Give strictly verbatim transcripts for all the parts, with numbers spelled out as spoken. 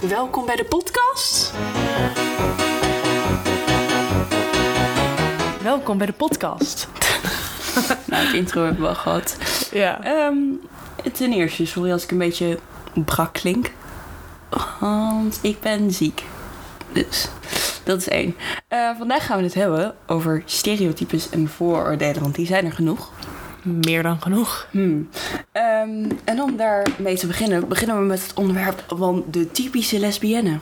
Welkom bij de podcast. Welkom bij de podcast. Nou, het intro hebben we al gehad. Ja. Um, ten eerste, sorry als ik een beetje brak klink. Want ik ben ziek. Dus, dat is één. Uh, vandaag gaan we het hebben over stereotypes en vooroordelen, want die zijn er genoeg. Meer dan genoeg. Hmm. Um, en om daarmee te beginnen, beginnen we met het onderwerp van de typische lesbienne.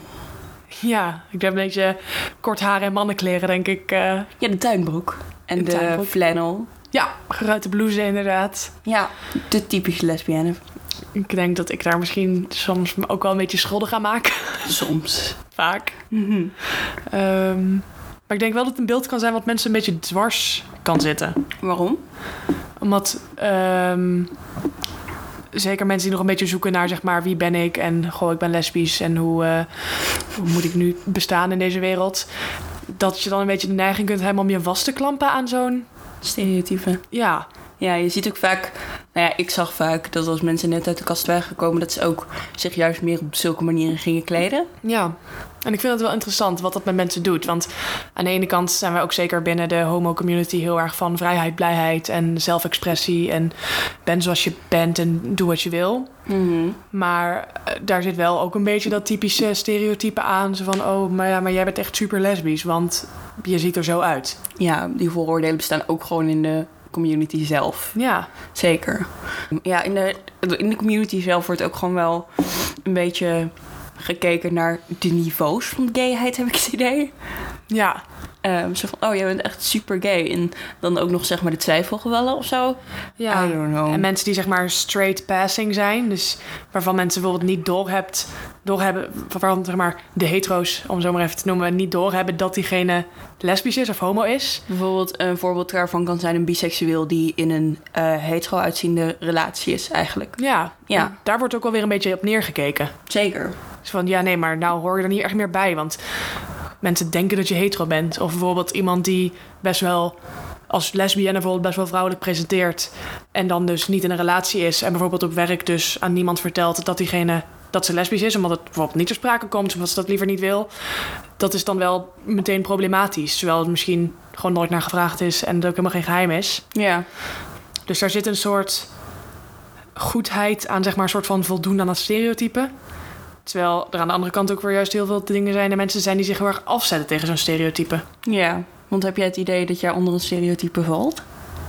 Ja, ik heb een beetje kort haar en mannenkleren, denk ik. Uh... Ja, de tuinbroek. En de, de tuinbroek. flannel. Ja, geruite blouse inderdaad. Ja, de typische lesbienne. Ik denk dat ik daar misschien soms me ook wel een beetje schuldig aan maak. Soms. Vaak. Mm-hmm. Um, maar ik denk wel dat het een beeld kan zijn wat mensen een beetje dwars kan zitten. Waarom? Omdat um, zeker mensen die nog een beetje zoeken naar, zeg maar, wie ben ik en goh, ik ben lesbisch en hoe, uh, hoe moet ik nu bestaan in deze wereld. Dat je dan een beetje de neiging kunt hebben om je vast te klampen aan zo'n stereotype. Ja. Ja, je ziet ook vaak, nou ja, ik zag vaak dat als mensen net uit de kast waren gekomen, dat ze ook zich juist meer op zulke manieren gingen kleden. Ja, en ik vind het wel interessant wat dat met mensen doet. Want aan de ene kant zijn we ook zeker binnen de homo-community heel erg van vrijheid, blijheid en zelfexpressie. En ben zoals je bent en doe wat je wil. Mm-hmm. Maar uh, daar zit wel ook een beetje dat typische stereotype aan. Zo van, oh, maar, ja, maar jij bent echt super lesbisch, want je ziet er zo uit. Ja, die vooroordelen bestaan ook gewoon in de community zelf. Ja. Zeker. Ja, in de, in de community zelf wordt ook gewoon wel een beetje gekeken naar de niveaus van gayheid, heb ik het idee. Ja. Um, zo van, oh, jij bent echt super gay. En dan ook nog, zeg maar, de twijfelgevallen of zo. Ja. I don't know. En mensen die, zeg maar, straight passing zijn. Dus waarvan mensen bijvoorbeeld niet doorhebt, doorhebben, waarvan, zeg maar, de hetero's, om zo maar even te noemen, niet doorhebben dat diegene lesbisch is of homo is. Bijvoorbeeld, een voorbeeld daarvan kan zijn een biseksueel die in een uh, hetero uitziende relatie is, eigenlijk. Ja. Ja. Daar wordt ook wel weer een beetje op neergekeken. Zeker. Dus van, ja, nee, maar nou hoor je er niet echt meer bij, want mensen denken dat je hetero bent. Of bijvoorbeeld iemand die best wel als lesbienne bijvoorbeeld best wel vrouwelijk presenteert en dan dus niet in een relatie is en bijvoorbeeld op werk dus aan niemand vertelt dat diegene dat ze lesbisch is, omdat het bijvoorbeeld niet ter sprake komt, omdat ze dat liever niet wil. Dat is dan wel meteen problematisch, terwijl het misschien gewoon nooit naar gevraagd is en het ook helemaal geen geheim is. Ja. Dus daar zit een soort goedheid aan, zeg maar, een soort van voldoen aan dat stereotype. Terwijl er aan de andere kant ook weer juist heel veel dingen zijn en mensen zijn die zich heel erg afzetten tegen zo'n stereotype. Ja, want heb jij het idee dat jij onder een stereotype valt?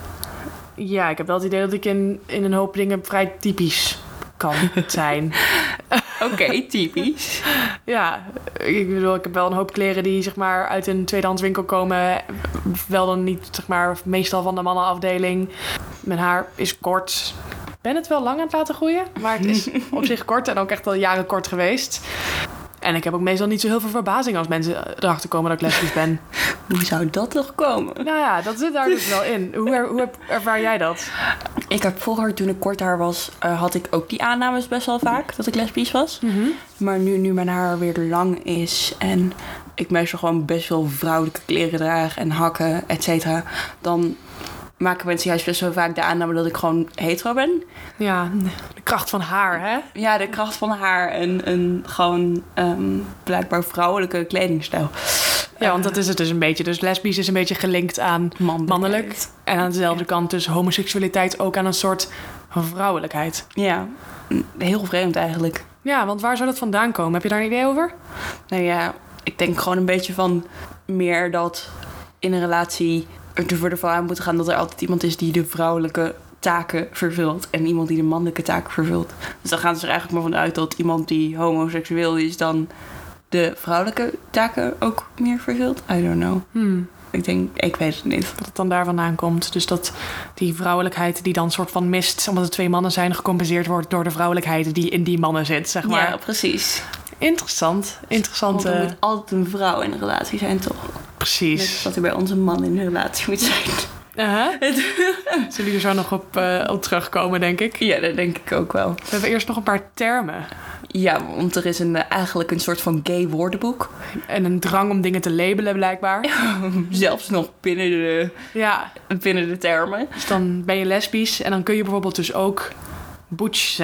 Ja, ik heb wel het idee dat ik in, in een hoop dingen vrij typisch kan zijn. Oké, okay, typisch. Ja, ik bedoel, ik heb wel een hoop kleren die, zeg maar, uit een tweedehandswinkel komen. Wel dan niet, zeg maar, meestal van de mannenafdeling. Mijn haar is kort. Ik ben het wel lang aan het laten groeien, maar het is op zich kort en ook echt al jaren kort geweest. En ik heb ook meestal niet zo heel veel verbazing als mensen erachter komen dat ik lesbisch ben. Hoe zou dat toch komen? Nou ja, dat zit daar dus wel in. Hoe, er, hoe ervaar jij dat? Ik heb vroeger, toen ik kort haar was, uh, had ik ook die aannames best wel vaak, dat ik lesbisch was. Mm-hmm. Maar nu, nu mijn haar weer lang is en ik meestal gewoon best wel vrouwelijke kleren draag en hakken, et cetera, dan maken mensen juist best wel vaak de aanname dat ik gewoon hetero ben. Ja, de kracht van haar, hè? Ja, de kracht van haar en een gewoon um, blijkbaar vrouwelijke kledingstijl. Ja, want dat is het dus een beetje. Dus lesbisch is een beetje gelinkt aan mannelijk. En aan dezelfde kant dus homoseksualiteit ook aan een soort vrouwelijkheid. Ja, heel vreemd eigenlijk. Ja, want waar zou dat vandaan komen? Heb je daar een idee over? Nou ja, ik denk gewoon een beetje van meer dat in een relatie er voor de vrouw aan moet gaan dat er altijd iemand is die de vrouwelijke taken vervult en iemand die de mannelijke taken vervult. Dus dan gaan ze er eigenlijk maar vanuit dat iemand die homoseksueel is dan de vrouwelijke taken ook meer vervult. I don't know. Hmm. Ik denk, ik weet het niet. Dat het dan daar vandaan komt. Dus dat die vrouwelijkheid die dan soort van mist, omdat er twee mannen zijn, gecompenseerd wordt door de vrouwelijkheid die in die mannen zit, zeg maar. Ja, precies. Interessant. Interessant. Want er moet altijd een vrouw in een relatie zijn, toch? Precies. Net dat er bij ons een man in een relatie moet zijn. Uh-huh. Zullen jullie er zo nog op, uh, op terugkomen, denk ik? Ja, dat denk ik ook wel. We hebben eerst nog een paar termen. Ja, want er is een, eigenlijk een soort van gay woordenboek. En een drang om dingen te labelen, blijkbaar. Ja, zelfs nog binnen de, ja. binnen de termen. Dus dan ben je lesbisch en dan kun je bijvoorbeeld dus ook butch zijn.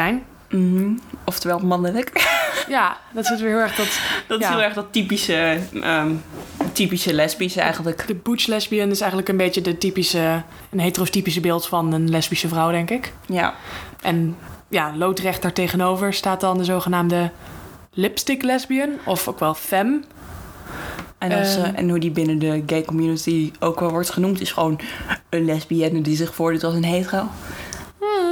Mm-hmm. Oftewel mannelijk. Ja, dat is weer heel erg dat... Dat is ja. heel erg dat typische, um, typische lesbische eigenlijk. De butch lesbian is eigenlijk een beetje de typische... een heterotypische beeld van een lesbische vrouw, denk ik. Ja. En ja, loodrecht daar tegenover staat dan de zogenaamde lipstick lesbian. Of ook wel femme. En, als, Um, uh, en hoe die binnen de gay community ook wel wordt genoemd... is gewoon een lesbienne die zich voordoet als een hetero. Hmm.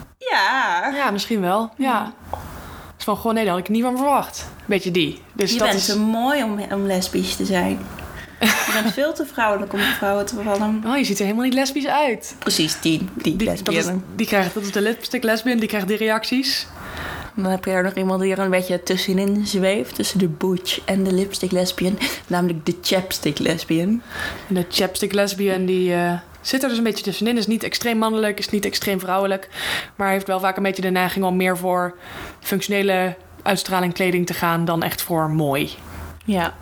Ja. Ja, misschien wel. Ja. Dus van, gewoon nee, dat had ik niet van verwacht. Beetje die. Dus Je dat bent is... zo mooi om, om lesbisch te zijn. Je bent veel te vrouwelijk om op vrouwen te vallen. Oh, je ziet er helemaal niet lesbisch uit. Precies, die, die, Die, dat, is, lesbienne. die krijgt, dat is de lipstick lesbian, die krijgt die reacties. Dan heb je er nog iemand die er een beetje tussenin zweeft. Tussen de butch en de lipstick lesbian. Namelijk de chapstick lesbian. En de chapstick lesbian, die uh, zit er dus een beetje tussenin. Is niet extreem mannelijk, is niet extreem vrouwelijk. Maar heeft wel vaak een beetje de neiging om meer voor functionele uitstraling kleding te gaan dan echt voor mooi. Ja.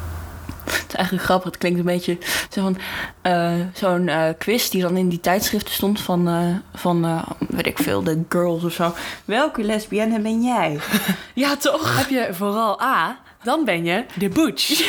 Het is eigenlijk grappig. Het klinkt een beetje zo van uh, zo'n uh, quiz die dan in die tijdschriften stond van, uh, van uh, weet ik veel, de girls of zo. Welke lesbienne ben jij? Ja, toch? Heb je vooral A, dan ben je de butch.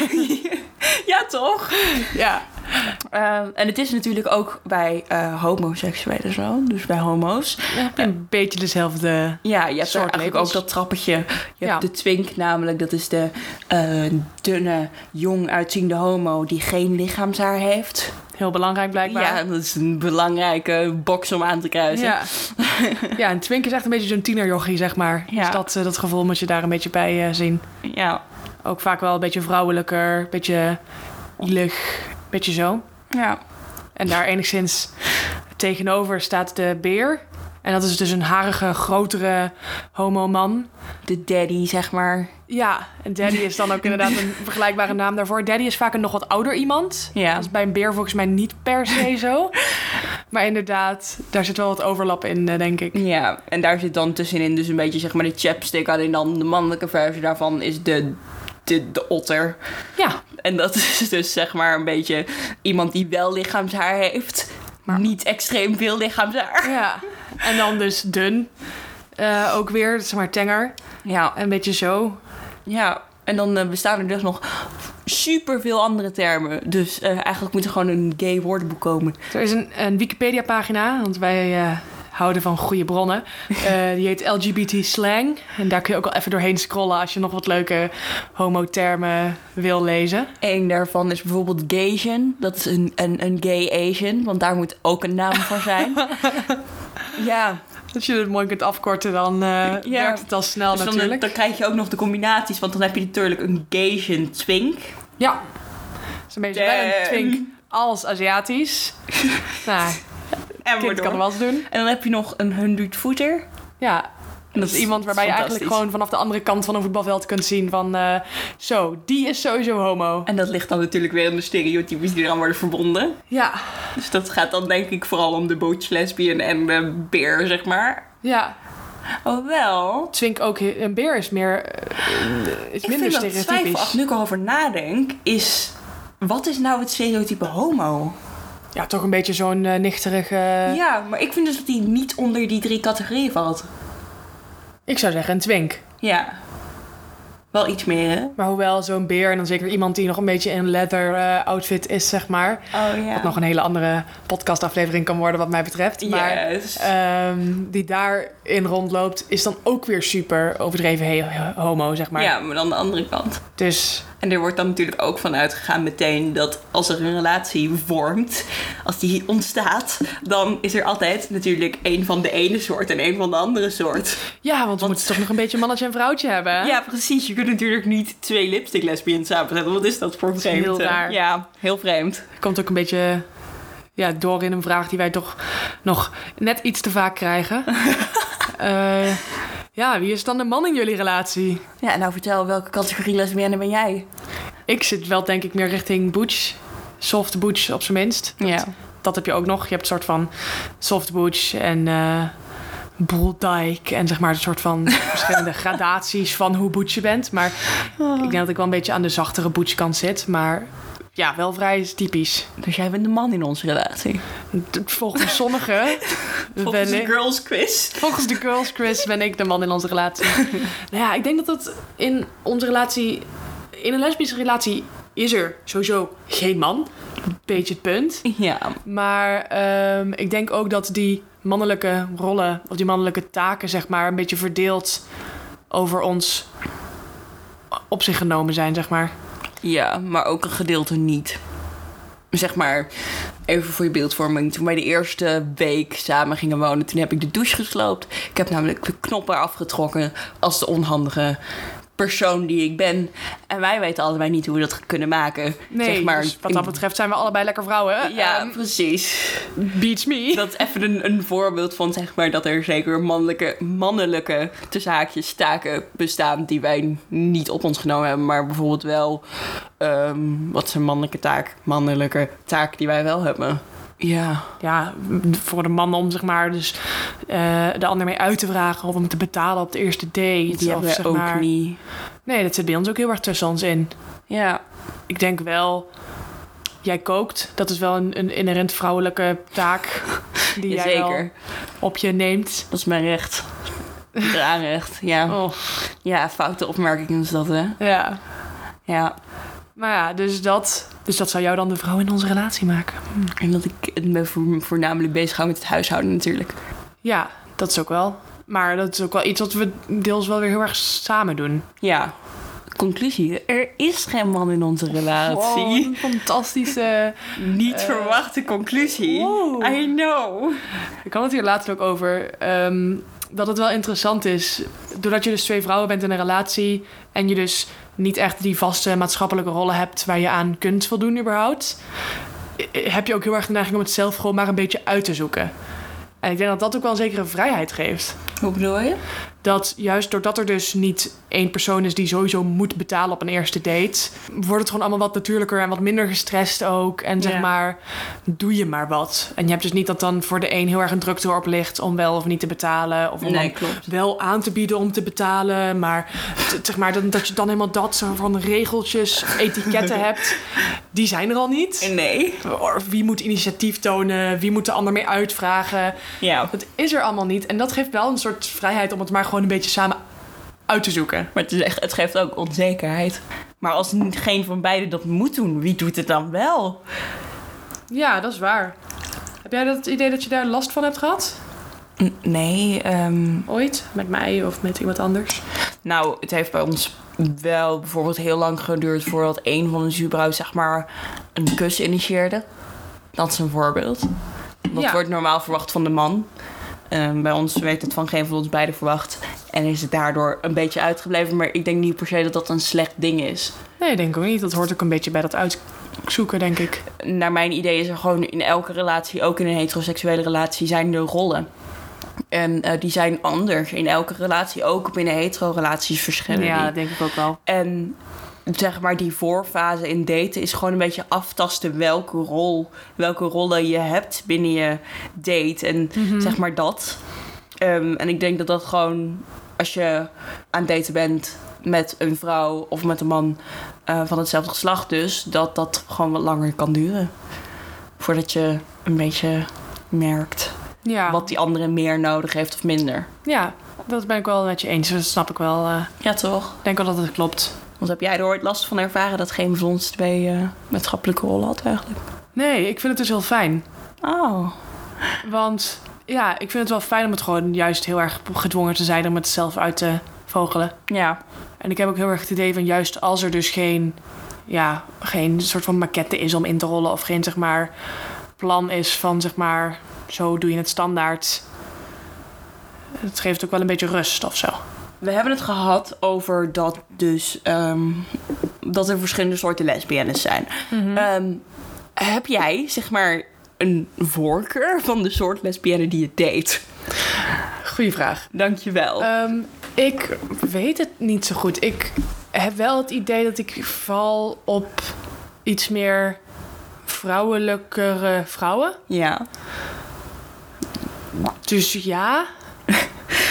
Ja, toch? Ja. Uh, en het is natuurlijk ook bij uh, homoseksuelen zo. Dus bij homo's. Ja, heb je een beetje dezelfde Ja, je hebt soort eigenlijk labels. ook dat trappetje. Je Ja. hebt de twink namelijk. Dat is de uh, dunne, jong uitziende homo die geen lichaamshaar heeft. Heel belangrijk blijkbaar. Ja, dat is een belangrijke box om aan te kruisen. Ja. Ja, een twink is echt een beetje zo'n tienerjochie, zeg maar. Ja. Dus dat, uh, dat gevoel moet je daar een beetje bij uh, zien. Ja. Ook vaak wel een beetje vrouwelijker, een beetje ielig, een beetje zo. Ja. En daar enigszins tegenover staat de beer. En dat is dus een harige, grotere homo-man. De daddy, zeg maar. Ja, en daddy is dan ook inderdaad een vergelijkbare naam daarvoor. Daddy is vaak een nog wat ouder iemand. Ja. Dat is bij een beer volgens mij niet per se zo. Maar inderdaad, daar zit wel wat overlap in, denk ik. Ja, en daar zit dan tussenin dus een beetje zeg maar de chapstick. Alleen dan de mannelijke versie daarvan is de, de, de otter. Ja. En dat is dus zeg maar een beetje iemand die wel lichaamshaar heeft. Maar niet extreem veel lichaamshaar. Ja. En dan dus dun. Uh, ook weer, zeg maar tenger. Ja. Een beetje zo. Ja, en dan uh, bestaan er dus nog super veel andere termen. Dus uh, eigenlijk moet er gewoon een gay woordenboek komen. Er is een, een Wikipedia-pagina, want wij uh, houden van goede bronnen. Uh, die heet L G B T slang. En daar kun je ook wel even doorheen scrollen als je nog wat leuke homo-termen wil lezen. Eén daarvan is bijvoorbeeld Gaysian. Dat is een, een, een gay Asian, want daar moet ook een naam voor zijn. Ja. Als je het mooi kunt afkorten, dan uh, ja. werkt het al snel dus natuurlijk. Dan, dan krijg je ook nog de combinaties, want dan heb je natuurlijk een Gaysian twink. Ja. Dat is een beetje wel een twink als Aziatisch. Nou, en kind kan er wel eens doen. En dan heb je nog een honderd voeter. Ja. En dat is iemand waarbij je eigenlijk gewoon vanaf de andere kant van een voetbalveld kunt zien van... Uh, zo, die is sowieso homo. En dat ligt dan natuurlijk weer in de stereotypes die eraan worden verbonden. Ja. Dus dat gaat dan denk ik vooral om de butch lesbian en de beer, zeg maar. Ja. Oh wel. Twink ook, een beer is meer... Uh, is ik minder vind stereotypisch. dat twijfelachtig, nu ik erover nadenk, is... Wat is nou het stereotype homo? Ja, toch een beetje zo'n uh, nichterige... Ja, maar ik vind dus dat die niet onder die drie categorieën valt. Ik zou zeggen een twink. Ja. Wel iets meer, hè? Maar hoewel zo'n beer en dan zeker iemand die nog een beetje in leather uh, outfit is, zeg maar. Oh ja. Wat nog een hele andere podcastaflevering kan worden wat mij betreft. Maar yes. um, die daarin rondloopt is dan ook weer super overdreven he- homo, zeg maar. Ja, maar dan de andere kant. Dus... En er wordt dan natuurlijk ook van uitgegaan meteen dat als er een relatie vormt, als die ontstaat, dan is er altijd natuurlijk één van de ene soort en één van de andere soort. Ja, want we want... moeten toch nog een beetje mannetje en vrouwtje hebben. Hè? Ja, precies. Je kunt natuurlijk niet twee lipstick lesbians samenzetten. Wat is dat voor vreemd? Heel raar. Ja, heel vreemd. Komt ook een beetje ja, door in een vraag die wij toch nog net iets te vaak krijgen. uh, Ja, wie is dan de man in jullie relatie? Ja, nou vertel, welke categorie lesbienne ben jij? Ik zit wel denk ik meer richting butch. Soft butch op zijn minst. Dat, ja. dat heb je ook nog. Je hebt een soort van soft butch en uh, bulldyke. En zeg maar een soort van verschillende gradaties van hoe butch je bent. Maar oh. ik denk dat ik wel een beetje aan de zachtere butch kant zit. Maar ja, wel vrij typisch. Dus jij bent de man in onze relatie. Volgens sommigen... Volgens ben de ik- girls quiz. Volgens de girls quiz ben ik de man in onze relatie. Nou ja, ik denk dat dat in onze relatie... In een lesbische relatie is er sowieso geen man. Beetje het punt. Ja. Maar ehm, ik denk ook dat die mannelijke rollen... of die mannelijke taken, zeg maar... een beetje verdeeld over ons op zich genomen zijn, zeg maar. Ja, maar ook een gedeelte niet. Zeg maar, even voor je beeldvorming. Toen wij de eerste week samen gingen wonen, toen heb ik de douche gesloopt. Ik heb namelijk de knoppen afgetrokken als de onhandige persoon die ik ben. En wij weten allebei niet hoe we dat kunnen maken. Nee, zeg maar, dus wat dat betreft zijn we allebei lekker vrouwen. Ja, Ehm, precies. beats me. Dat is even een, een voorbeeld van, zeg maar, dat er zeker mannelijke, mannelijke tussen haakjes taken bestaan die wij niet op ons genomen hebben, maar bijvoorbeeld wel, um, wat is een mannelijke taak? Mannelijke taak die wij wel hebben. Ja. Ja, voor de man om zeg maar dus eh, de ander mee uit te vragen of om te betalen op de eerste date. Die of, hebben wij zeg ook maar... niet. Nee, dat zit bij ons ook heel erg tussen ons in. Ja. Ik denk wel, jij kookt. Dat is wel een, een inherent vrouwelijke taak die jij wel Zeker. op je neemt. Dat is mijn recht. Aanrecht, ja. Oh, Ja, foute opmerking is dat, hè? ja. Ja. Maar ja, dus dat, dus dat zou jou dan de vrouw in onze relatie maken. Hm. En dat ik me voor, voornamelijk bezig hou met het huishouden natuurlijk. Ja, dat is ook wel. Maar dat is ook wel iets wat we deels wel weer heel erg samen doen. Ja. Conclusie, er is geen man in onze relatie. Wow, een fantastische... Niet Eh, verwachte conclusie. wow. I know. Ik had het hier laatst ook over ehm, dat het wel interessant is. Doordat je dus twee vrouwen bent in een relatie en je dus niet echt die vaste maatschappelijke rollen hebt waar je aan kunt voldoen überhaupt, eh, heb je ook heel erg de neiging om het zelf gewoon maar een beetje uit te zoeken. En ik denk dat dat ook wel een zekere vrijheid geeft. Hoe bedoel je? Dat juist doordat er dus niet één persoon is die sowieso moet betalen op een eerste date, wordt het gewoon allemaal wat natuurlijker en wat minder gestrest ook. En zeg Ja. maar, doe je maar wat. En je hebt dus niet dat dan voor de een heel erg een drukte erop ligt om wel of niet te betalen. Of om Nee, dan klopt. wel aan te bieden om te betalen. Maar t- zeg maar, dat, dat je dan helemaal dat soort van regeltjes, etiketten hebt. Die zijn er al niet. Nee. Wie moet initiatief tonen? Wie moet de ander mee uitvragen? Ja. Dat is er allemaal niet. En dat geeft wel een soort vrijheid om het maar gewoon een beetje samen uit te zoeken. Maar het, is echt, het geeft ook onzekerheid. Maar als niet- geen van beiden dat moet doen, wie doet het dan wel? Ja, dat is waar. Heb jij dat idee dat je daar last van hebt gehad? N- Nee, ehm, Ooit? Met mij of met iemand anders? nou, het heeft bij ons wel bijvoorbeeld heel lang geduurd voordat een van ons überhaupt, zeg maar, een kus initieerde. Dat is een voorbeeld. Dat Ja. wordt normaal verwacht van de man. Ehm, bij ons werd het van geen van ons beiden verwacht. En is het daardoor een beetje uitgebleven. Maar ik denk niet per se dat dat een slecht ding is. Nee, denk ik ook niet. Dat hoort ook een beetje bij dat uitzoeken, denk ik. Naar mijn idee is er gewoon in elke relatie, ook in een heteroseksuele relatie, zijn er rollen. En eh, die zijn anders in elke relatie. Ook binnen hetero-relaties verschillen Ja, die. dat denk ik ook wel. En zeg maar, die voorfase in daten is gewoon een beetje aftasten welke rol, welke rollen je hebt binnen je date. En zeg maar dat. Um, en ik denk dat dat gewoon, als je aan het daten bent met een vrouw of met een man uh, van hetzelfde geslacht dus, dat dat gewoon wat langer kan duren. Voordat je een beetje merkt Ja, wat die andere meer nodig heeft of minder. ja, dat ben ik wel met je eens. Dat snap ik wel. eh, Ja, toch? Ik denk wel dat het klopt. Want heb jij er ooit last van ervaren dat geen van ons twee uh, maatschappelijke rollen had eigenlijk? Nee, ik vind het dus heel fijn. Oh. Want ja, ik vind het wel fijn om het gewoon juist heel erg gedwongen te zijn om het zelf uit te vogelen. Ja. En ik heb ook heel erg het idee van juist als er dus geen, ja, geen soort van maquette is om in te rollen of geen zeg maar plan is van zeg maar zo doe je het standaard. Het geeft ook wel een beetje rust of zo. We hebben het gehad over dat dus um, dat er verschillende soorten lesbiennes zijn. Mm-hmm. Um, heb jij zeg maar een voorkeur van de soort lesbienne die je date? Goeie vraag. Dankjewel. Um, ik weet het niet zo goed. Ik heb wel het idee dat ik val op iets meer vrouwelijkere vrouwen. Ja. Dus ja.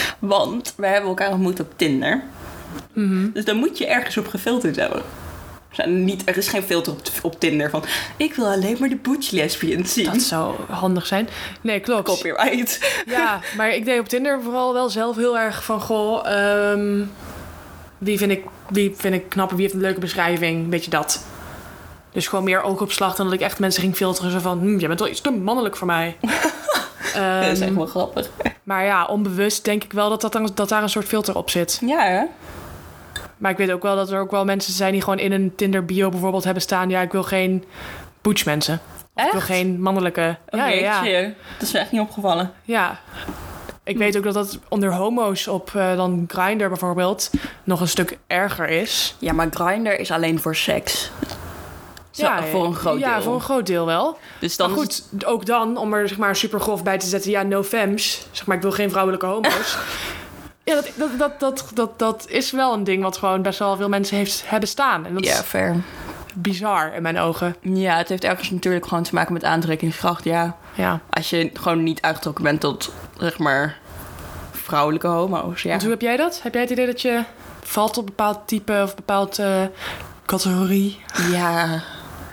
Want we hebben elkaar ontmoet op Tinder. Mm-hmm. Dus dan moet je ergens op gefilterd hebben. En niet, er is geen filter op, op Tinder van... ik wil alleen maar de butch lesbians zien. Dat zou handig zijn. Nee, klopt. Copyright. Ja, maar ik deed op Tinder vooral wel zelf heel erg van... goh, um, wie, vind ik, wie vind ik knap, wie heeft een leuke beschrijving, weet je dat. Dus gewoon meer oogopslag dan dat ik echt mensen ging filteren. Zo van, hm, jij bent wel iets te mannelijk voor mij. um, dat is echt wel grappig. Maar ja, onbewust denk ik wel dat, dat, dat daar een soort filter op zit. Ja, hè? Maar ik weet ook wel dat er ook wel mensen zijn die gewoon in een Tinder bio bijvoorbeeld hebben staan... ja, ik wil geen butch mensen. Of ik wil geen mannelijke... Ja, ja, ja, ja. Dat is me echt niet opgevallen. Ja. Ik weet ook dat dat onder homo's op uh, dan Grindr bijvoorbeeld nog een stuk erger is. Ja, maar Grindr is alleen voor seks. Zo, ja, voor een groot ja, deel. Ja, voor een groot deel wel. Dus dan maar goed, het... ook dan, om er zeg maar super grof bij te zetten... ja, no femmes. Zeg maar, ik wil geen vrouwelijke homo's. Ja, dat, dat, dat, dat, dat, dat is wel een ding wat gewoon best wel veel mensen heeft, hebben staan. En dat ja, is fair. Bizar in mijn ogen. Ja, het heeft ergens natuurlijk gewoon te maken met aantrekkingskracht, ja. Ja. Als je gewoon niet uitgetrokken bent tot, zeg maar, vrouwelijke homo's, ja. Want hoe heb jij dat? Heb jij het idee dat je valt op een bepaald type of een bepaald uh, categorie? Ja.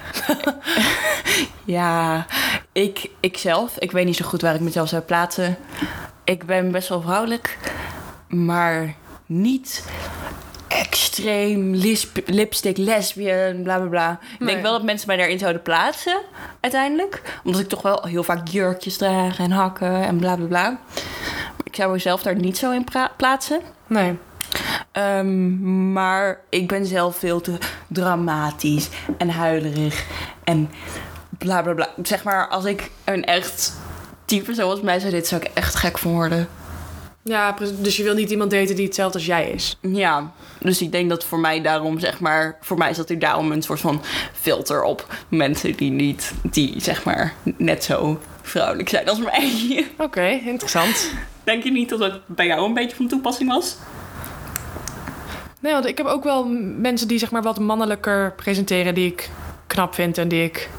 ja. Ik, ik zelf, ik weet niet zo goed waar ik mezelf zou plaatsen. Ik ben best wel vrouwelijk, maar niet extreem lisp, lipstick, lesbian, bla bla bla. Ik nee. denk wel dat mensen mij daarin zouden plaatsen, uiteindelijk. Omdat ik toch wel heel vaak jurkjes draag en hakken en bla bla bla. Ik zou mezelf daar niet zo in pra- plaatsen. Nee. Um, maar ik ben zelf veel te dramatisch en huilerig en bla bla bla. Zeg maar, als ik een echt type zoals mij zou dit, zou ik echt gek van worden. Ja, dus je wil niet iemand daten die hetzelfde als jij is. Ja, dus ik denk dat voor mij daarom, zeg maar... voor mij zat er daarom een soort van filter op mensen die niet... die, zeg maar, net zo vrouwelijk zijn als mij. Oké, okay, interessant. Denk je niet dat het bij jou een beetje van toepassing was? Nee, want ik heb ook wel mensen die, zeg maar, wat mannelijker presenteren... die ik knap vind en die ik...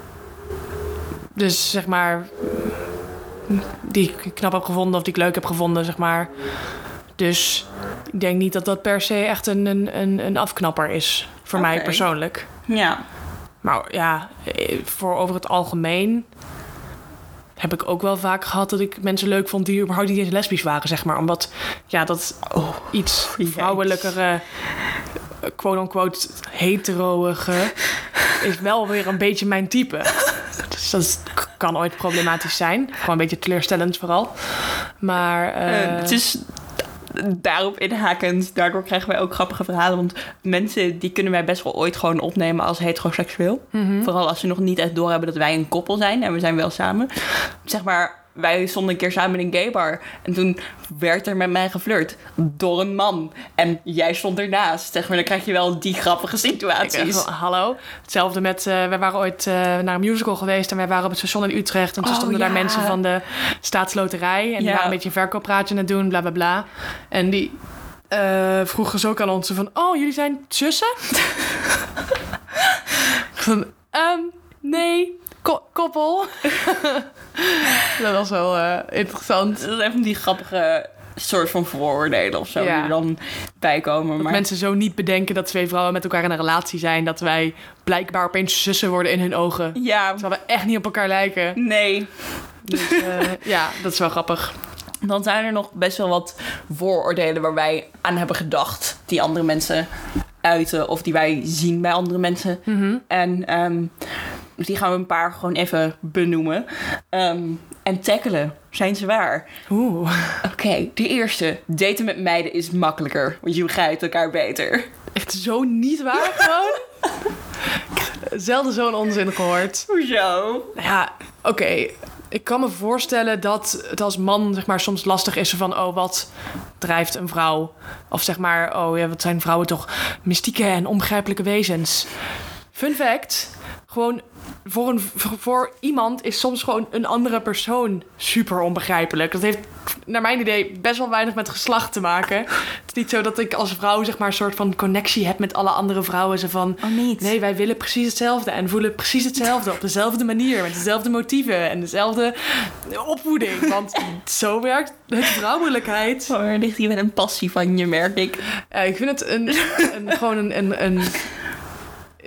dus, zeg maar... die ik knap heb gevonden of die ik leuk heb gevonden, zeg maar. Dus ik denk niet dat dat per se echt een, een, een afknapper is. Voor okay. mij persoonlijk. Ja. Maar ja, voor over het algemeen... heb ik ook wel vaak gehad dat ik mensen leuk vond... die überhaupt niet eens lesbisch waren, zeg maar. Omdat, ja, dat oh, iets vrouwelijkere... quote-unquote heteroige... is wel weer een beetje mijn type. Dus dat kan ooit problematisch zijn. Gewoon een beetje teleurstellend vooral. Maar... Uh... Uh, het is daarop inhakend. Daardoor krijgen wij ook grappige verhalen. Want mensen die kunnen wij best wel ooit gewoon opnemen als heteroseksueel. Mm-hmm. Vooral als ze nog niet echt doorhebben dat wij een koppel zijn. En we zijn wel samen. Zeg maar... Wij stonden een keer samen in een gaybar. En toen werd er met mij geflirt. Door een man. En jij stond ernaast. Zeg maar, dan krijg je wel die grappige situaties. Dacht, hallo. Hetzelfde met... Uh, wij waren ooit uh, naar een musical geweest. En wij waren op het station in Utrecht. En toen oh, stonden ja. daar mensen van de Staatsloterij. En die ja. waren een beetje een verkooppraatje aan het doen. Bla, bla, bla. En die uh, vroegen zo ook aan ons. Van, oh, jullie zijn zussen? van, um, nee... Ko- koppel. Dat was wel uh, interessant. Dat is even die grappige soort van vooroordelen of zo ja. die er dan bijkomen. Dat maar... mensen zo niet bedenken dat twee vrouwen met elkaar in een relatie zijn. Dat wij blijkbaar opeens zussen worden in hun ogen. Ja. Terwijl we echt niet op elkaar lijken. Nee. Dus uh, ja, dat is wel grappig. Dan zijn er nog best wel wat vooroordelen waar wij aan hebben gedacht. Die andere mensen uiten of die wij zien bij andere mensen. Mm-hmm. En... Um, Dus die gaan we een paar gewoon even benoemen. Um, en tackelen. Zijn ze waar? Oeh. Oké, okay, de eerste. Daten met meiden is makkelijker. Want je begrijpt elkaar beter. Echt zo niet waar gewoon? Zelden zo'n onzin gehoord. Hoezo? Nou ja, oké. Okay. Ik kan me voorstellen dat het als man, zeg maar, soms lastig is van... oh, wat drijft een vrouw? Of zeg maar, oh ja, wat zijn vrouwen toch mystieke en onbegrijpelijke wezens? Fun fact... Gewoon voor, een, voor iemand is soms gewoon een andere persoon super onbegrijpelijk. Dat heeft naar mijn idee best wel weinig met geslacht te maken. Het is niet zo dat ik als vrouw zeg maar een soort van connectie heb met alle andere vrouwen. Zo van, oh, niet. Nee, wij willen precies hetzelfde en voelen precies hetzelfde. Op dezelfde manier, met dezelfde motieven en dezelfde opvoeding. Want zo werkt het vrouwelijkheid. Oh, er ligt hier met een passie van je, merk ik. Ja, ik vind het een, een, gewoon een... een, een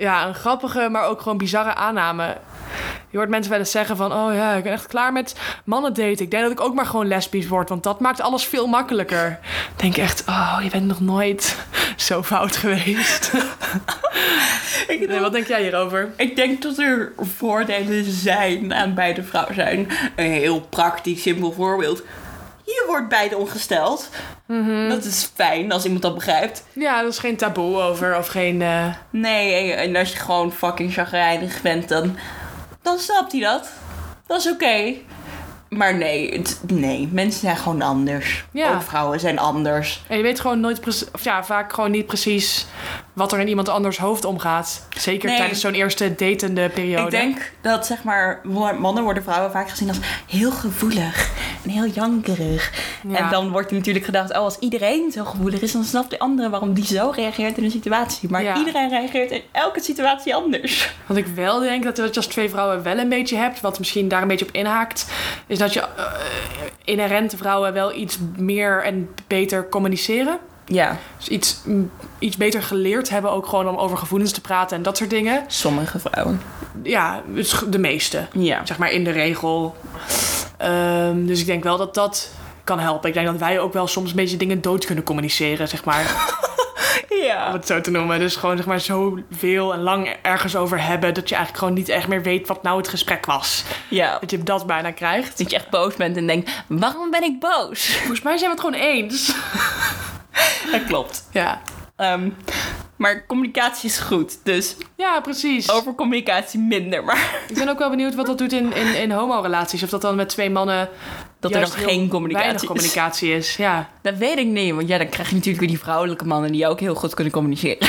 ja, een grappige, maar ook gewoon bizarre aanname. Je hoort mensen wel eens zeggen van... oh ja, ik ben echt klaar met mannen daten. Ik denk dat ik ook maar gewoon lesbisch word... want dat maakt alles veel makkelijker. Ik denk echt, oh, je bent nog nooit zo fout geweest. Ik nee, wat denk jij hierover? Ik denk dat er voordelen zijn aan beide vrouwen zijn. Een heel praktisch, simpel voorbeeld. Je wordt beide ongesteld. Mm-hmm. Dat is fijn als iemand dat begrijpt. Ja, er is geen taboe over of geen... Uh... Nee, en als je gewoon fucking chagrijnig bent, dan, dan snapt hij dat. Dat is oké. Okay. Maar nee, het, nee, mensen zijn gewoon anders. Ja. Ook vrouwen zijn anders. En je weet gewoon nooit precies, of ja, vaak gewoon niet precies wat er in iemand anders hoofd omgaat. Zeker nee. tijdens zo'n eerste datende periode. Ik denk dat, zeg maar, mannen worden vrouwen vaak gezien als heel gevoelig en heel jankerig. Ja. En dan wordt er natuurlijk gedacht, oh, als iedereen zo gevoelig is, dan snapt de andere waarom die zo reageert in een situatie. Maar ja. iedereen reageert in elke situatie anders. Wat ik wel denk, dat je als twee vrouwen wel een beetje hebt, wat misschien daar een beetje op inhaakt, is dat je uh, inherent vrouwen wel iets meer en beter communiceren. Ja. Dus iets, iets beter geleerd hebben ook gewoon om over gevoelens te praten en dat soort dingen. Sommige vrouwen. Ja, de meeste. Ja. Zeg maar in de regel. Um, dus ik denk wel dat dat kan helpen. Ik denk dat wij ook wel soms een beetje dingen dood kunnen communiceren, zeg maar. Ja. Om het zo te noemen. Dus gewoon zeg maar zoveel en lang ergens over hebben dat je eigenlijk gewoon niet echt meer weet wat nou het gesprek was. Ja. Dat je dat bijna krijgt. Dat je echt boos bent en denkt, waarom ben ik boos? Volgens mij zijn we het gewoon eens. Dat klopt. Ja. Um, maar communicatie is goed, dus... Ja, precies. Over communicatie minder, maar... Ik ben ook wel benieuwd wat dat doet in, in, in homo-relaties. Of dat dan met twee mannen... Dat er nog geen communicatie is. communicatie is. Ja. Dat weet ik niet, want ja, dan krijg je natuurlijk weer die vrouwelijke mannen... die ook heel goed kunnen communiceren.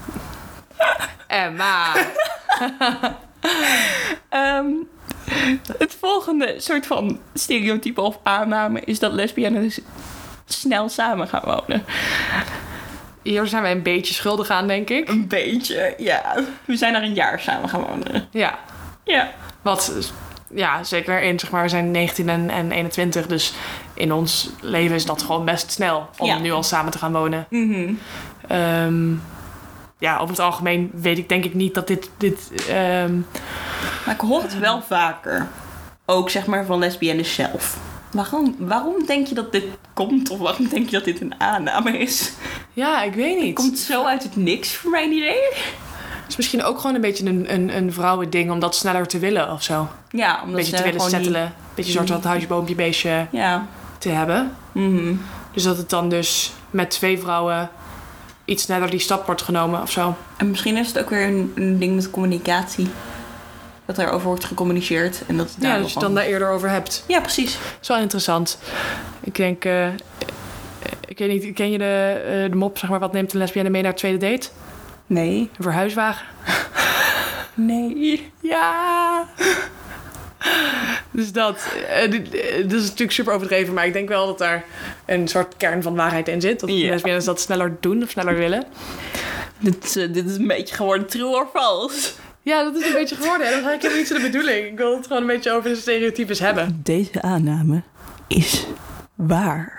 Emma. um, het volgende soort van stereotype of aanname... is dat lesbiennes snel samen gaan wonen. Hier zijn wij een beetje schuldig aan, denk ik. Een beetje, ja. We zijn er een jaar samen gaan wonen. Ja. Ja. Wat, ja, zeker in, zeg maar, we zijn negentien en, en eenentwintig. Dus in ons leven is dat gewoon best snel om ja. nu al samen te gaan wonen. Mm-hmm. Um, ja, over het algemeen weet ik denk ik niet dat dit... dit um... Maar ik hoor het wel vaker. Ook, zeg maar, van lesbiennes zelf. Waarom, waarom denk je dat dit komt? Of waarom denk je dat dit een aanname is? Ja, ik weet niet. Het komt zo uit het niks voor mijn idee. Het is misschien ook gewoon een beetje een, een, een vrouwending om dat sneller te willen of zo. Ja, omdat een beetje ze te willen settelen. Een beetje een soort van huisje, boompje, beestje ja. te hebben. Mm-hmm. Dus dat het dan dus met twee vrouwen iets sneller die stap wordt genomen of zo. En misschien is het ook weer een, een ding met communicatie. Dat er over wordt gecommuniceerd. En dat ja, dat je dan daar eerder over hebt. Ja, precies. Dat is wel interessant. Ik denk... Uh, ik weet niet, ken je de, uh, de mop, zeg maar, wat neemt een lesbienne mee naar het tweede date? Nee. Een verhuiswagen. Nee. Ja. Dus dat. Uh, dit, uh, dat is natuurlijk super overdreven, maar ik denk wel dat daar een soort kern van waarheid in zit. Dat yeah. lesbiennes dat sneller doen of sneller willen. Dit, uh, dit is een beetje geworden true or false. Ja, dat is een beetje geworden. Dat is eigenlijk niet zo de bedoeling. Ik wil het gewoon een beetje over de stereotypes hebben. Deze aanname is waar.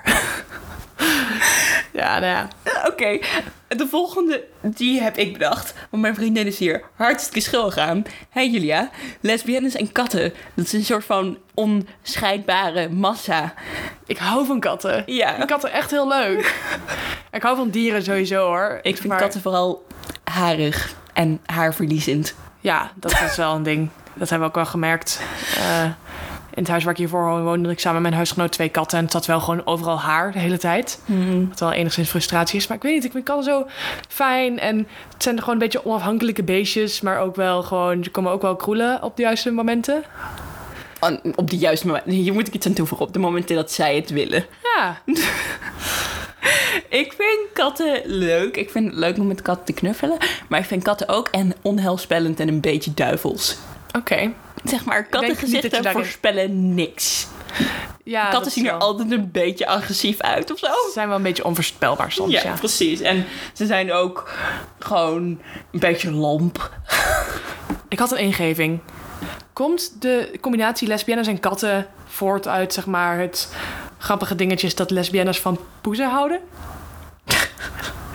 Ja, nou ja. Oké, okay. De volgende, die heb ik bedacht. Want mijn vriendin is hier hartstikke schuldig aan. Hey Julia, lesbiennes en katten. Dat is een soort van onscheidbare massa. Ik hou van katten. Ja. Ik vind katten echt heel leuk. Ik hou van dieren sowieso hoor. Ik vind maar... katten vooral harig en haarverliezend. Ja, dat is wel een ding. Dat hebben we ook wel gemerkt. Uh, in het huis waar ik hiervoor woonde, ik samen met mijn huisgenoot twee katten. En het zat wel gewoon overal haar de hele tijd. Mm. Wat wel enigszins frustratie is. Maar ik weet niet, ik vind katten zo fijn. En het zijn gewoon een beetje onafhankelijke beestjes. Maar ook wel gewoon, ze komen ook wel kroelen op de juiste momenten. Op de juiste momenten? Hier moet ik iets aan toevoegen. Op de momenten dat zij het willen. Ja. Ik vind katten leuk. Ik vind het leuk om met katten te knuffelen. Maar ik vind katten ook en onheilspellend en een beetje duivels. Oké. Okay. Zeg maar, kattengezichten daarin... voorspellen niks. Ja, katten zien er wel... altijd een beetje agressief uit of zo. Ze zijn wel een beetje onvoorspelbaar soms, ja. Ja, precies. En ze zijn ook gewoon een beetje lomp. Ik had een ingeving. Komt de combinatie lesbiennes en katten voort uit, zeg maar, het grappige dingetjes dat lesbiennes van poezen houden?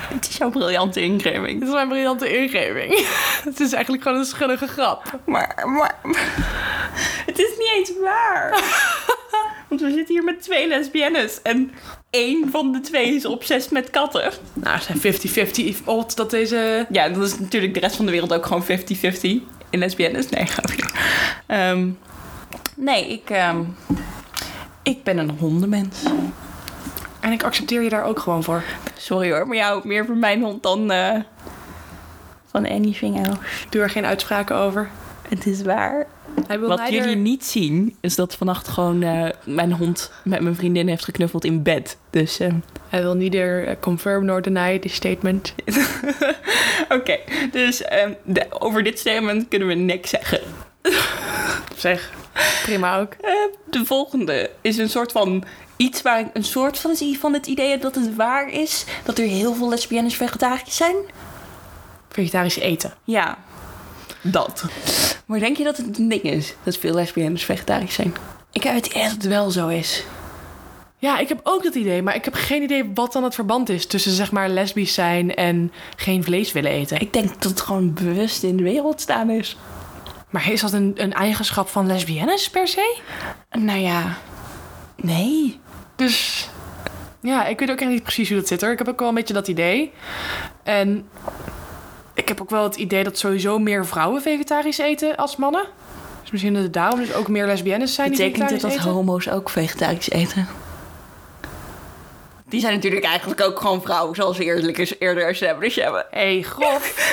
Het is jouw briljante ingeving. Dit is mijn briljante ingeving. Het is eigenlijk gewoon een schunnige grap. Maar, maar... Het is niet eens waar. Want we zitten hier met twee lesbiennes. En één van de twee is obsessief met katten. Nou, het zijn vijftig vijftig odds dat deze... Ja, dat is natuurlijk de rest van de wereld ook gewoon vijftig vijftig in lesbiennes. Nee, grapje. Um, nee, ik... Um, ik ben een hondenmens. En ik accepteer je daar ook gewoon voor. Sorry hoor, maar jij houdt meer van mijn hond dan uh, van anything else. Doe er geen uitspraken over. Het is waar. Hij wil Wat neider... jullie niet zien, is dat vannacht gewoon uh, mijn hond met mijn vriendin heeft geknuffeld in bed. Dus... Uh... Hij wil neither confirm nor deny this statement. Oké, okay, dus um, de, over dit statement kunnen we niks zeggen. Zeg, prima ook. Uh, de volgende is een soort van... Iets waar ik een soort van, van het idee heb dat het waar is. Dat er heel veel lesbiennes vegetarisch zijn. Vegetarisch eten. Ja, dat. Maar denk je dat het een ding is? Dat veel lesbiennes vegetarisch zijn? Ik heb het idee dat het wel zo is. Ja, ik heb ook dat idee. Maar ik heb geen idee wat dan het verband is tussen zeg maar lesbisch zijn en geen vlees willen eten. Ik denk dat het gewoon bewust in de wereld staan is. Maar is dat een, een eigenschap van lesbiennes per se? Nou ja, nee. Dus ja, ik weet ook echt niet precies hoe dat zit hoor. Ik heb ook wel een beetje dat idee. En ik heb ook wel het idee dat sowieso meer vrouwen vegetarisch eten als mannen. Dus misschien dat het daarom dus ook meer lesbiennes zijn die vegetarisch eten. vegetarisch Betekent eten? het dat homo's ook vegetarisch eten? Die zijn natuurlijk eigenlijk ook gewoon vrouwen, zoals we eerlijk eerder established hebben. Hé, hey, grof.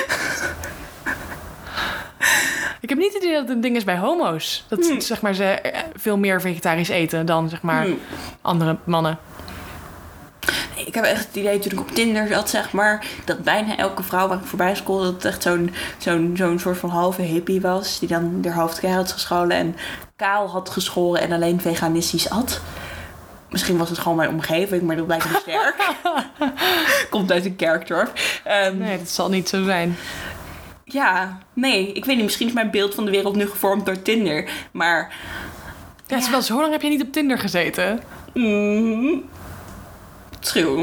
Ik heb niet het idee dat het een ding is bij homo's. Dat hmm. zeg maar, ze veel meer vegetarisch eten dan zeg maar, hmm. andere mannen. Ik heb echt het idee toen ik op Tinder zat, zeg maar, dat bijna elke vrouw waar ik voorbij scrollde, dat het echt zo'n, zo'n, zo'n soort van halve hippie was. Die dan haar hoofd keihard had gescholen en kaal had geschoren en alleen veganistisch at. Misschien was het gewoon mijn omgeving, maar dat blijkt niet sterk. Komt uit een kerkdorp. Um, nee, dat zal niet zo zijn. Ja, nee. Ik weet niet, misschien is mijn beeld van de wereld nu gevormd door Tinder. Maar... Ja, het is wel zo lang heb je niet op Tinder gezeten. Mm, true.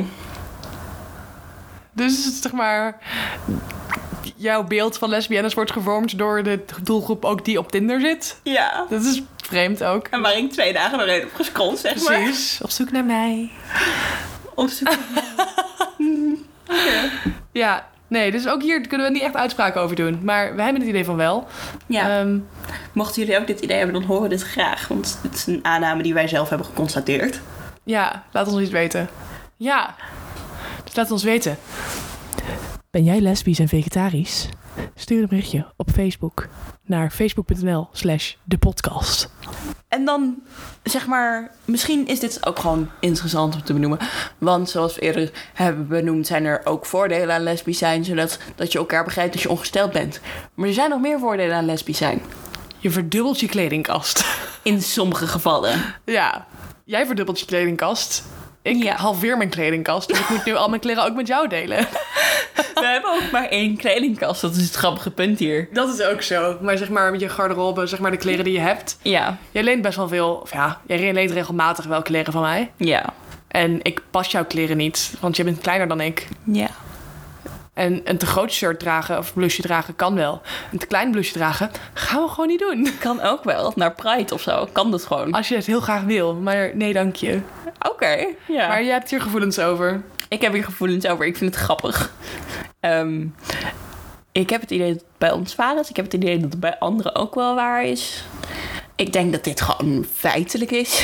Dus zeg maar... Jouw beeld van lesbiennes wordt gevormd door de doelgroep ook die op Tinder zit. Ja. Dat is vreemd ook. En waar ik twee dagen doorheen heb gescrollt, zeg maar. Precies. Op zoek naar mij. Op zoek naar mij. Okay. Ja, nee, dus ook hier kunnen we niet echt uitspraken over doen. Maar we hebben het idee van wel. Ja. Um, Mochten jullie ook dit idee hebben, dan horen we dit graag. Want het is een aanname die wij zelf hebben geconstateerd. Ja, laat ons iets weten. Ja, dus laat ons weten. Ben jij lesbisch en vegetarisch? Stuur een berichtje op Facebook naar facebook.nl slash de podcast. En dan, zeg maar, misschien is dit ook gewoon interessant om te benoemen. Want zoals we eerder hebben benoemd, zijn er ook voordelen aan lesbisch zijn, zodat dat je elkaar begrijpt als je ongesteld bent. Maar er zijn nog meer voordelen aan lesbisch zijn. Je verdubbelt je kledingkast. In sommige gevallen. Ja, jij verdubbelt je kledingkast. Ik ja. halveer mijn kledingkast. Dus ik moet nu al mijn kleren ook met jou delen. We hebben ook maar één kledingkast. Dat is het grappige punt hier. Dat is ook zo. Maar zeg maar met je garderobe, zeg maar de kleren die je hebt. Ja. Jij leent best wel veel. Of ja, jij leent regelmatig wel kleren van mij. Ja. En ik pas jouw kleren niet. Want je bent kleiner dan ik. Ja. En een te groot shirt dragen of blouseje dragen kan wel. Een te klein blouseje dragen gaan we gewoon niet doen. Kan ook wel. Naar Pride of zo. Kan dat gewoon. Als je het heel graag wil. Maar nee, dank je. Oké. Okay, ja. Maar je hebt hier gevoelens over. Ik heb hier gevoelens over. Ik vind het grappig. Um, ik heb het idee dat het bij ons waar is. Ik heb het idee dat het bij anderen ook wel waar is. Ik denk dat dit gewoon feitelijk is.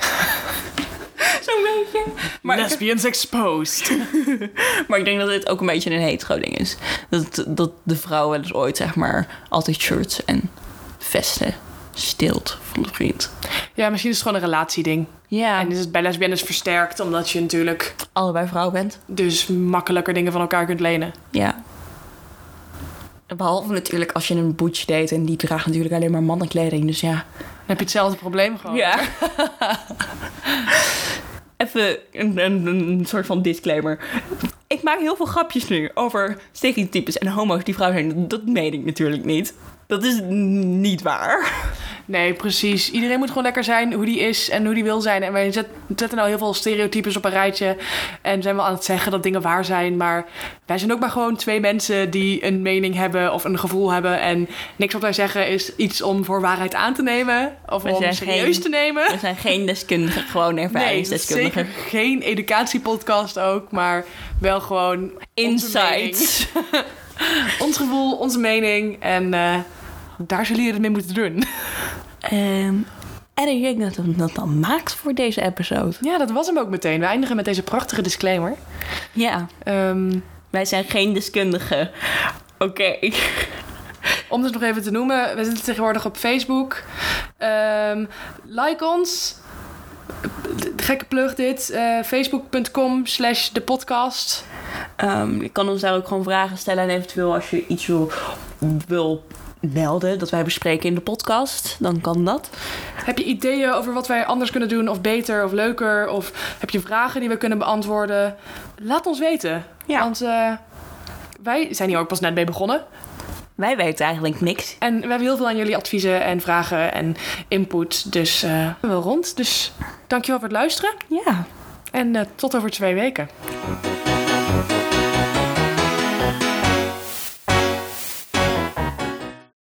Zo'n beetje. Maar Lesbians ik... exposed. Maar ik denk dat dit ook een beetje een hetero ding is. Dat, dat de vrouw wel eens ooit, zeg maar, altijd shirts en vesten steelt van de vriend. Ja, misschien is het gewoon een relatieding. Ja. En is het bij lesbiennes versterkt, omdat je natuurlijk... allebei vrouw bent. Dus makkelijker dingen van elkaar kunt lenen. Ja. Behalve natuurlijk als je een butch date en die draagt natuurlijk alleen maar mannenkleding. Dus ja. Dan heb je hetzelfde probleem gewoon. Ja. Even een, een, een soort van disclaimer. Ik maak heel veel grapjes nu over stereotypes en homo's die vrouw zijn. Dat meen ik natuurlijk niet. Dat is niet waar. Nee, precies. Iedereen moet gewoon lekker zijn hoe die is en hoe die wil zijn. En wij zet, zetten nou heel veel stereotypes op een rijtje. En zijn wel aan het zeggen dat dingen waar zijn. Maar wij zijn ook maar gewoon twee mensen die een mening hebben of een gevoel hebben. En niks wat wij zeggen is iets om voor waarheid aan te nemen. Of We om zijn serieus geen- te nemen. We zijn geen deskundigen, gewoon Nee, het is ervaringsdeskundigen. zeker geen educatiepodcast ook. Maar wel gewoon onze mening. Insights. Ons gevoel, onze mening. En uh, daar zullen jullie het mee moeten doen. Um, en ik denk dat we dat dan maakt voor deze episode. Ja, dat was hem ook meteen. We eindigen met deze prachtige disclaimer. Ja, Um, wij zijn geen deskundigen. Oké. om het nog even te noemen, we zitten tegenwoordig op Facebook. Um, like ons. De gekke plug dit. Uh, Facebook.com slash de podcast. Um, je kan ons daar ook gewoon vragen stellen. En eventueel als je iets wil, wil melden dat wij bespreken in de podcast, dan kan dat. Heb je ideeën over wat wij anders kunnen doen? Of beter of leuker? Of heb je vragen die we kunnen beantwoorden? Laat ons weten. Ja. Want uh, wij zijn hier ook pas net mee begonnen. Wij weten eigenlijk niks. En we hebben heel veel aan jullie adviezen en vragen en input. Dus uh, we zijn wel rond. Dus dankjewel voor het luisteren. Ja. En uh, tot over twee weken.